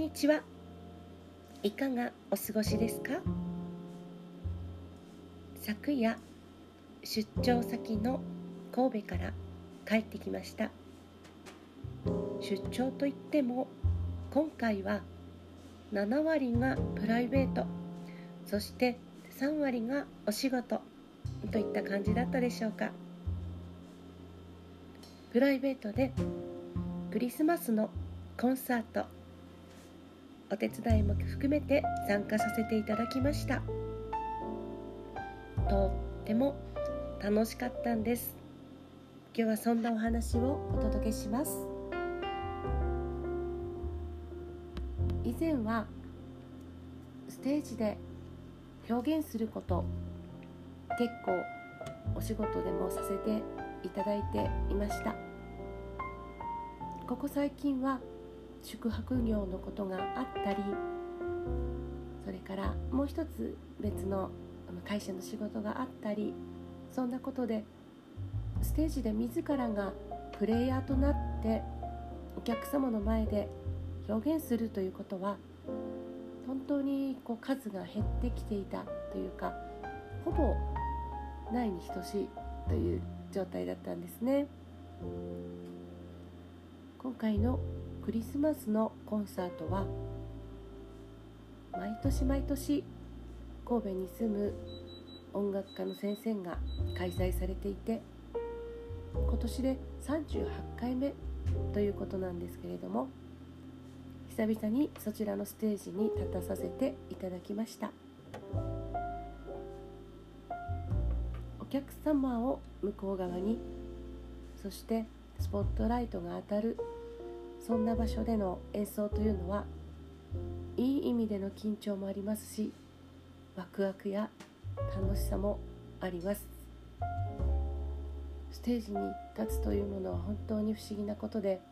にちは。いかがお過ごしですか？昨夜、出張先の神戸から帰ってきました。出張といっても、今回は7割がプライベート、そして3割がお仕事といった感じだったでしょうか。プライベートでクリスマスのコンサート、お手伝いも含めて参加させていただきました。とっても楽しかったんです。今日はそんなお話をお届けします。以前はステージで表現すること、結構お仕事でもさせていただいていました。ここ最近は宿泊業のことがあったり、それからもう一つ別の会社の仕事があったり、そんなことでステージで自らがプレイヤーとなってお客様の前で表現するということは本当に数が減ってきていたというか、ほぼないに等しいという状態だったんですね。今回のクリスマスのコンサートは毎年毎年神戸に住む音楽家の先生が開催されていて、今年で38回目ということなんですけれども、久々にそちらのステージに立たさせていただきました。お客様を向こう側に、そしてスポットライトが当たる、そんな場所での演奏というのはいい意味での緊張もありますし、ワクワクや楽しさもあります。ステージに立つというものは本当に不思議なことで、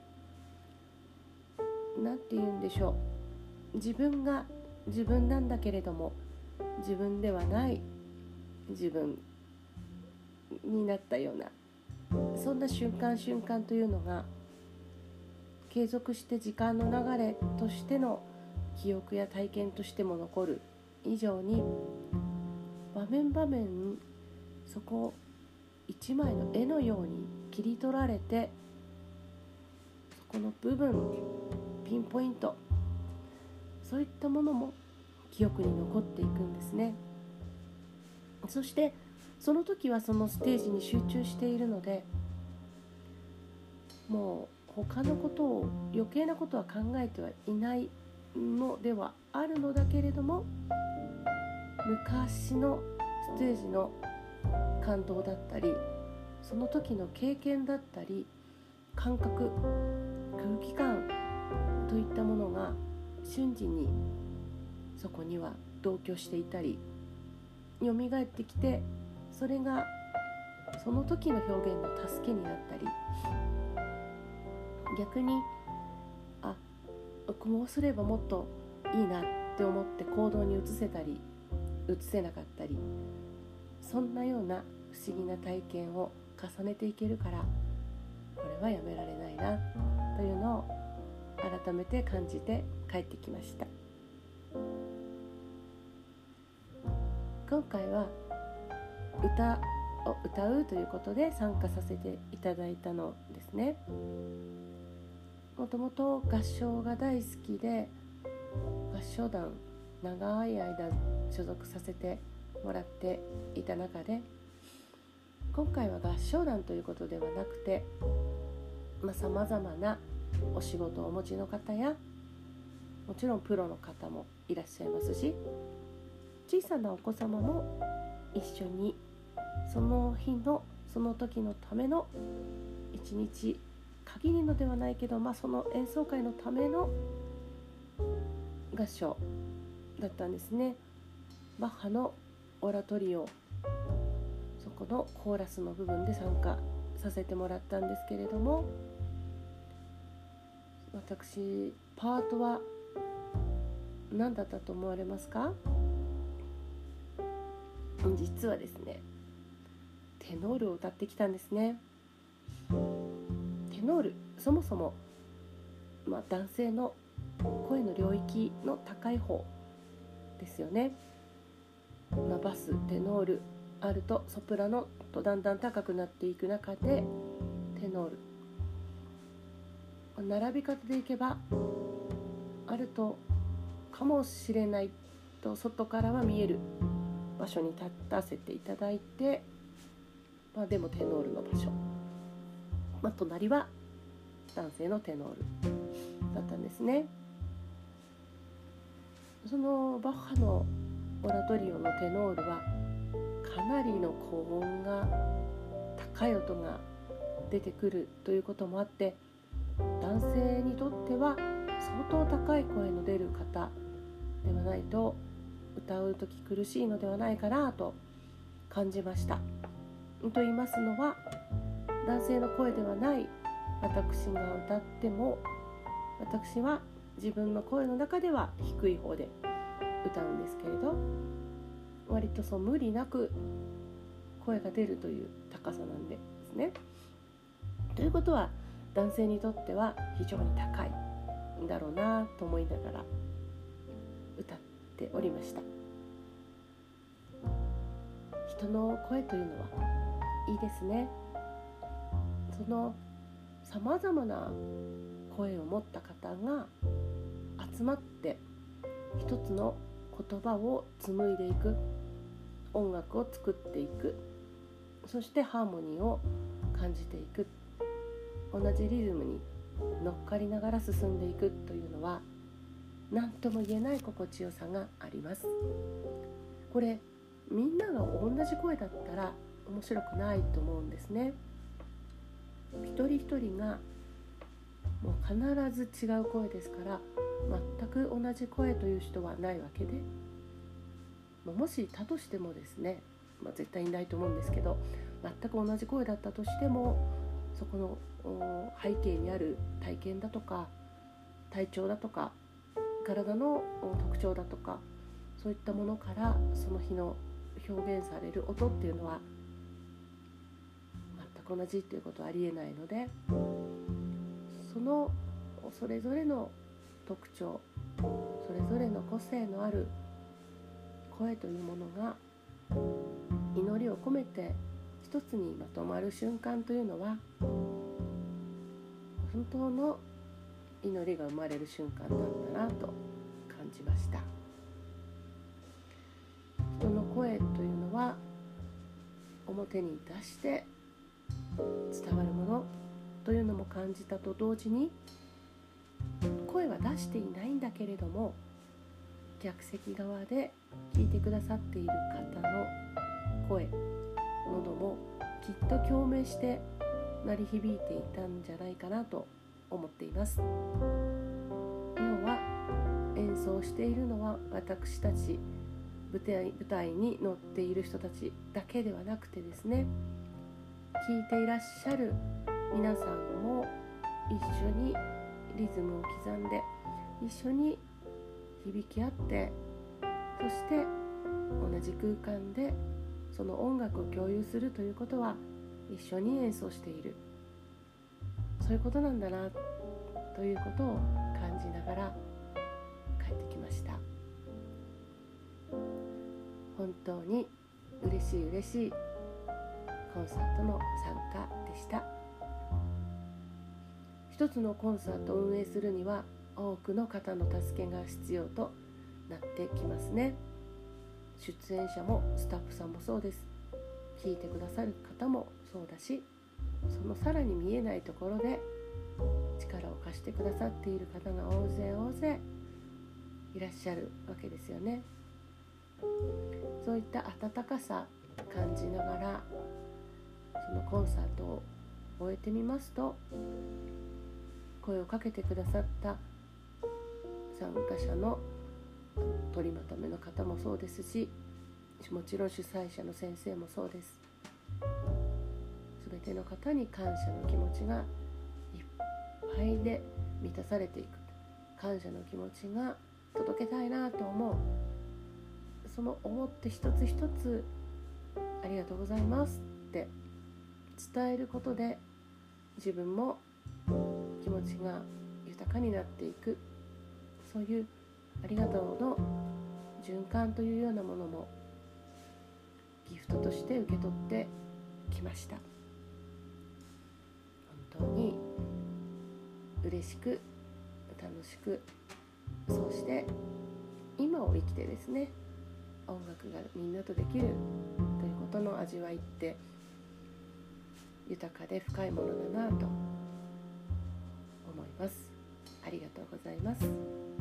なんて言うんでしょう、自分が自分なんだけれども自分ではない自分になったような、そんな瞬間瞬間というのが継続して時間の流れとしての記憶や体験としても残る以上に、場面場面そこ一枚の絵のように切り取られて、そこの部分ピンポイント、そういったものも記憶に残っていくんですね。そしてその時はそのステージに集中しているので、もう他のことを余計なことは考えてはいないのではあるのだけれども、昔のステージの感動だったり、その時の経験だったり、感覚、空気感といったものが瞬時にそこには同居していたり、蘇ってきて、それがその時の表現の助けになったり、逆にこうすればもっといいなって思って行動に移せたり移せなかったり、そんなような不思議な体験を重ねていけるから、これはやめられないなというのを改めて感じて帰ってきました。今回は歌を歌うということで参加させていただいたのですね。もともと合唱が大好きで、合唱団長い間所属させてもらっていた中で、今回は合唱団ということではなくて、さまざまなお仕事をお持ちの方や、もちろんプロの方もいらっしゃいますし、小さなお子様も一緒にその日のその時のための一日限りのではないけど、その演奏会のための合唱だったんですね。バッハのオラトリオ、そこのコーラスの部分で参加させてもらったんですけれども、私パートは何だったと思われますか？実はですね、テノールを歌ってきたんですね。テノール、そもそも、男性の声の領域の高い方ですよね。バス、テノール、アルト、ソプラノとだんだん高くなっていく中でテノール、並び方でいけばアルトかもしれないと外からは見える場所に立たせていただいて、でもテノールの場所、隣は男性のテノールだったんですね。そのバッハのオラトリオのテノールはかなりの高音が、高い音が出てくるということもあって、男性にとっては相当高い声の出る方ではないと歌うとき苦しいのではないかなと感じました。と言いますのは、男性の声ではない私が歌っても、私は自分の声の中では低い方で歌うんですけれど、割と無理なく声が出るという高さなんですね。ということは男性にとっては非常に高いんだろうなと思いながら歌っておりました。人の声というのはいいですね。そのさまざまな声を持った方が集まって一つの言葉を紡いでいく、音楽を作っていく、そしてハーモニーを感じていく、同じリズムに乗っかりながら進んでいくというのは何とも言えない心地よさがあります。これみんなが同じ声だったら面白くないと思うんですね。一人一人がもう必ず違う声ですから、全く同じ声という人はないわけで、もしいたとしてもですね、絶対いないと思うんですけど、全く同じ声だったとしても、そこの背景にある体験だとか体調だとか体の特徴だとか、そういったものからその日の表現される音っていうのは全く同じということはありえないので、それぞれの特徴、それぞれの個性のある声というものが祈りを込めて一つにまとまる瞬間というのは、本当の祈りが生まれる瞬間なんだなと感じました。人の声というのは表に出して伝わるものというのも感じたと同時に、声は出していないんだけれども、客席側で聞いてくださっている方の声、喉もきっと共鳴して鳴り響いていたんじゃないかなと思っています。要は演奏しているのは私たち舞台に乗っている人たちだけではなくてですね、聴いていらっしゃる皆さんも一緒にリズムを刻んで、一緒に響き合って、そして同じ空間でその音楽を共有するということは、一緒に演奏している、そういうことなんだなということを感じながら帰ってきました。本当に嬉しいコンサートの参加でした。一つのコンサートを運営するには多くの方の助けが必要となってきますね。出演者もスタッフさんもそうです。聞いてくださる方もそうだし、そのさらに見えないところで力を貸してくださっている方が大勢いらっしゃるわけですよね。そういった温かさ感じながらそのコンサートを終えてみますと、声をかけてくださった参加者の取りまとめの方もそうですし、もちろん主催者の先生もそうです。すべての方に感謝の気持ちがいっぱいで満たされていく、感謝の気持ちが届けたいなと思う、その思って一つ一つありがとうございますって伝えることで、自分も気持ちが豊かになっていく、 そういうありがとうの循環というようなものもギフトとして受け取ってきました。本当に嬉しく楽しく、そうして今を生きてですね、音楽がみんなとできるということの味わいって豊かで深いものだなと思います。ありがとうございます。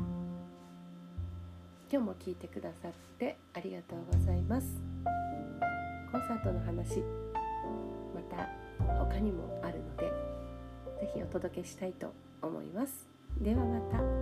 今日も聞いてくださってありがとうございます。コンサートの話、また他にもあるので、ぜひお届けしたいと思います。ではまた。